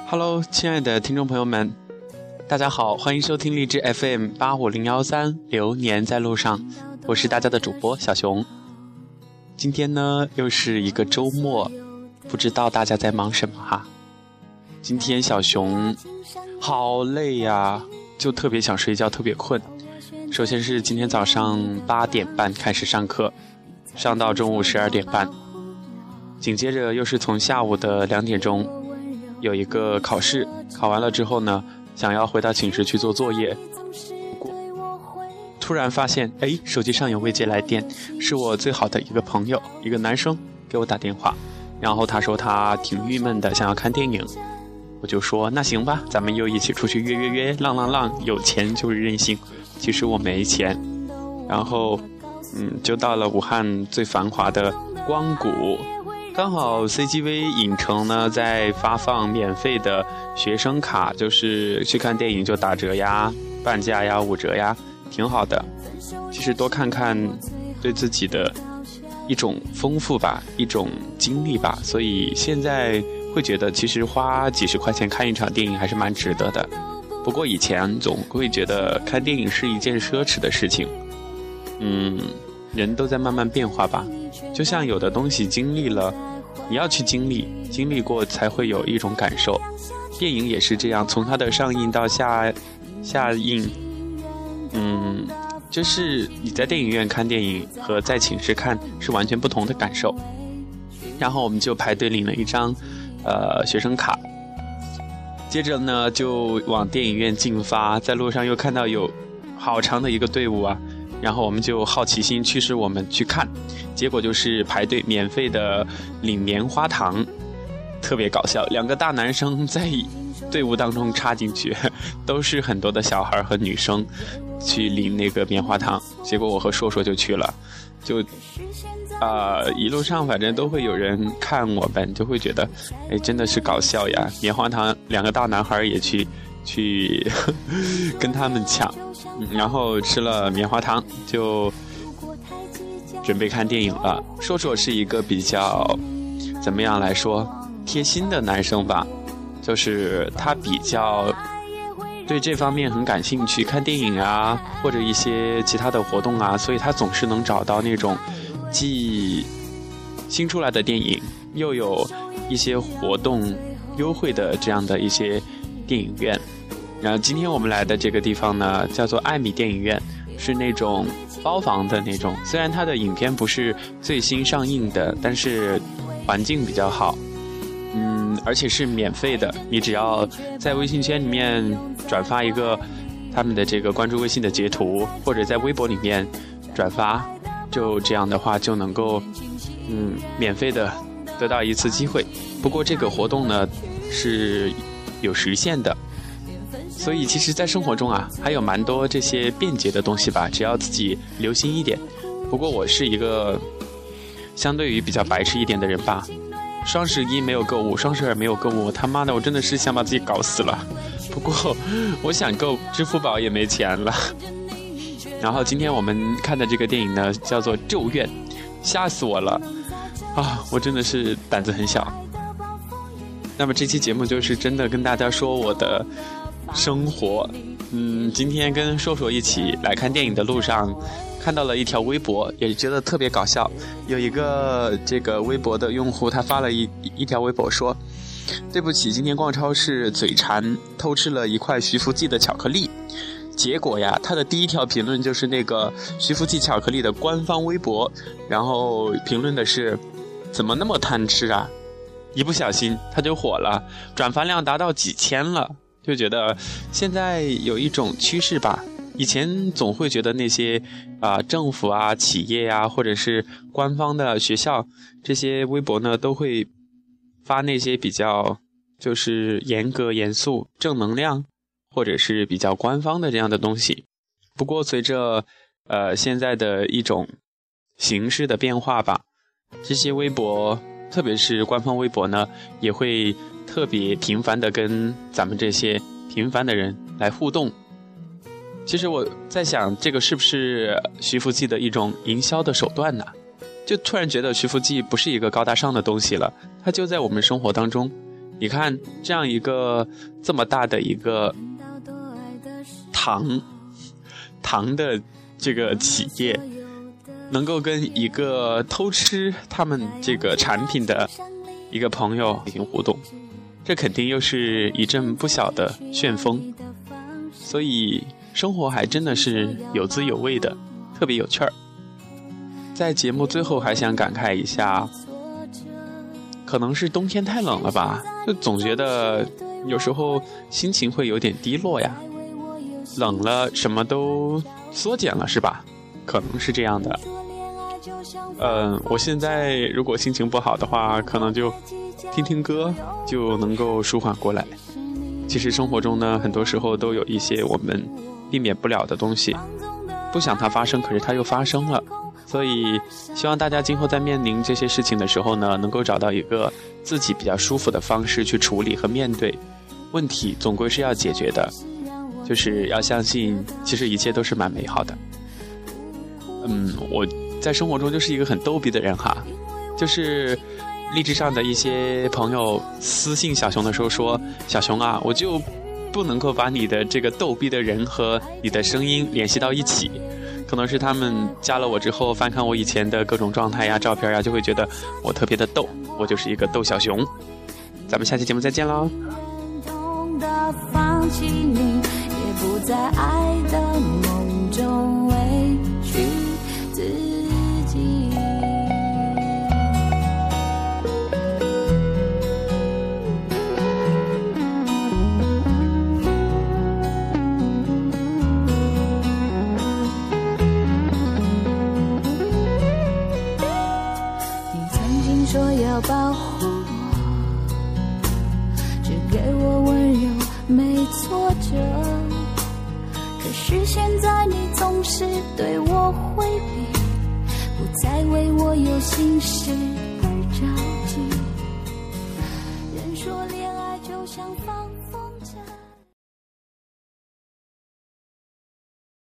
Hello， 亲爱的听众朋友们，大家好，欢迎收听荔枝 FM85013流年在路上，我是大家的主播小熊。今天呢，又是一个周末，不知道大家在忙什么哈？今天小熊好累呀，就特别想睡觉，特别困。首先是今天早上8点半开始上课，上到中午12点半，紧接着又是从下午的2点钟有一个考试，考完了之后呢，想要回到寝室去做作业，突然发现手机上有未接来电，是我最好的一个朋友，一个男生给我打电话，然后他说他挺郁闷的，想要看电影。我就说那行吧，咱们又一起出去约，浪，有钱就是任性。其实我没钱，然后就到了武汉最繁华的光谷，刚好 CGV 影城呢在发放免费的学生卡，就是去看电影就打折呀、半价呀、5折呀，挺好的。其实多看看对自己的一种丰富吧，一种经历吧，所以现在会觉得其实花几十块钱看一场电影还是蛮值得的。不过以前总会觉得看电影是一件奢侈的事情。人都在慢慢变化吧，就像有的东西经历了，你要去经历过才会有一种感受。电影也是这样，从它的上映到下映，就是你在电影院看电影和在寝室看是完全不同的感受。然后我们就排队领了一张学生卡，接着呢就往电影院进发，在路上又看到有好长的一个队伍啊，然后我们就好奇心驱使我们去看，结果就是排队免费的领棉花糖，特别搞笑，2个大男生在队伍当中插进去，都是很多的小孩和女生去领那个棉花糖，结果我和硕硕就去了，就一路上反正都会有人看我们，就会觉得真的是搞笑呀，棉花糖2个大男孩也去跟他们抢，然后吃了棉花糖就准备看电影了。硕硕是一个比较怎么样来说贴心的男生吧，就是他比较对这方面很感兴趣，看电影啊或者一些其他的活动啊，所以他总是能找到那种既新出来的电影又有一些活动优惠的这样的一些电影院。然后今天我们来的这个地方呢叫做艾米电影院，是那种包房的那种，虽然它的影片不是最新上映的，但是环境比较好，而且是免费的，你只要在微信圈里面转发一个他们的这个关注微信的截图，或者在微博里面转发，就这样的话就能够免费的得到一次机会。不过这个活动呢是有时限的，所以其实在生活中啊还有蛮多这些便捷的东西吧，只要自己留心一点。不过我是一个相对于比较白痴一点的人吧，双11没有购物，双12没有购物，我他妈的我真的是想把自己搞死了。不过我想购支付宝也没钱了。然后今天我们看的这个电影呢叫做《咒怨》，吓死我了啊！我真的是胆子很小。那么这期节目就是真的跟大家说我的生活。今天跟硕硕一起来看电影的路上看到了一条微博，也觉得特别搞笑。有一个这个微博的用户，他发了一条微博说，对不起，今天逛超市嘴馋偷吃了一块徐福记的巧克力。结果呀，他的第一条评论就是那个徐福记巧克力的官方微博，然后评论的是怎么那么贪吃啊，一不小心他就火了，转发量达到几千了。就觉得现在有一种趋势吧，以前总会觉得那些政府啊、企业啊，或者是官方的学校这些微博呢，都会发那些比较就是严格严肃正能量或者是比较官方的这样的东西。不过随着现在的一种形式的变化吧，这些微博特别是官方微博呢也会特别频繁的跟咱们这些平凡的人来互动。其实我在想，这个是不是徐福记的一种营销的手段呢？就突然觉得徐福记不是一个高大上的东西了，它就在我们生活当中， 你看这样一个这么大的一个糖的这个企业，能够跟一个偷吃他们这个产品的一个朋友进行互动，这肯定又是一阵不小的旋风。所以生活还真的是有滋有味的，特别有趣儿。在节目最后还想感慨一下，可能是冬天太冷了吧，就总觉得有时候心情会有点低落呀，冷了什么都缩减了是吧？可能是这样的。我现在如果心情不好的话，可能就听听歌就能够舒缓过来。其实生活中呢，很多时候都有一些我们避免不了的东西，不想它发生，可是它又发生了。所以希望大家今后在面临这些事情的时候呢，能够找到一个自己比较舒服的方式去处理和面对。问题总归是要解决的，就是要相信其实一切都是蛮美好的。我在生活中就是一个很逗逼的人哈，就是励志上的一些朋友私信小熊的时候说，小熊啊，我就不能够把你的这个逗逼的人和你的声音联系到一起。可能是他们加了我之后翻看我以前的各种状态呀照片呀，就会觉得我特别的逗，我就是一个逗小熊。咱们下期节目再见喽。放弃你，也不在爱的梦中委屈自己。你曾经说要保护我，只给我温柔没挫折，可是现在你总是对我回避，不再为我有心事。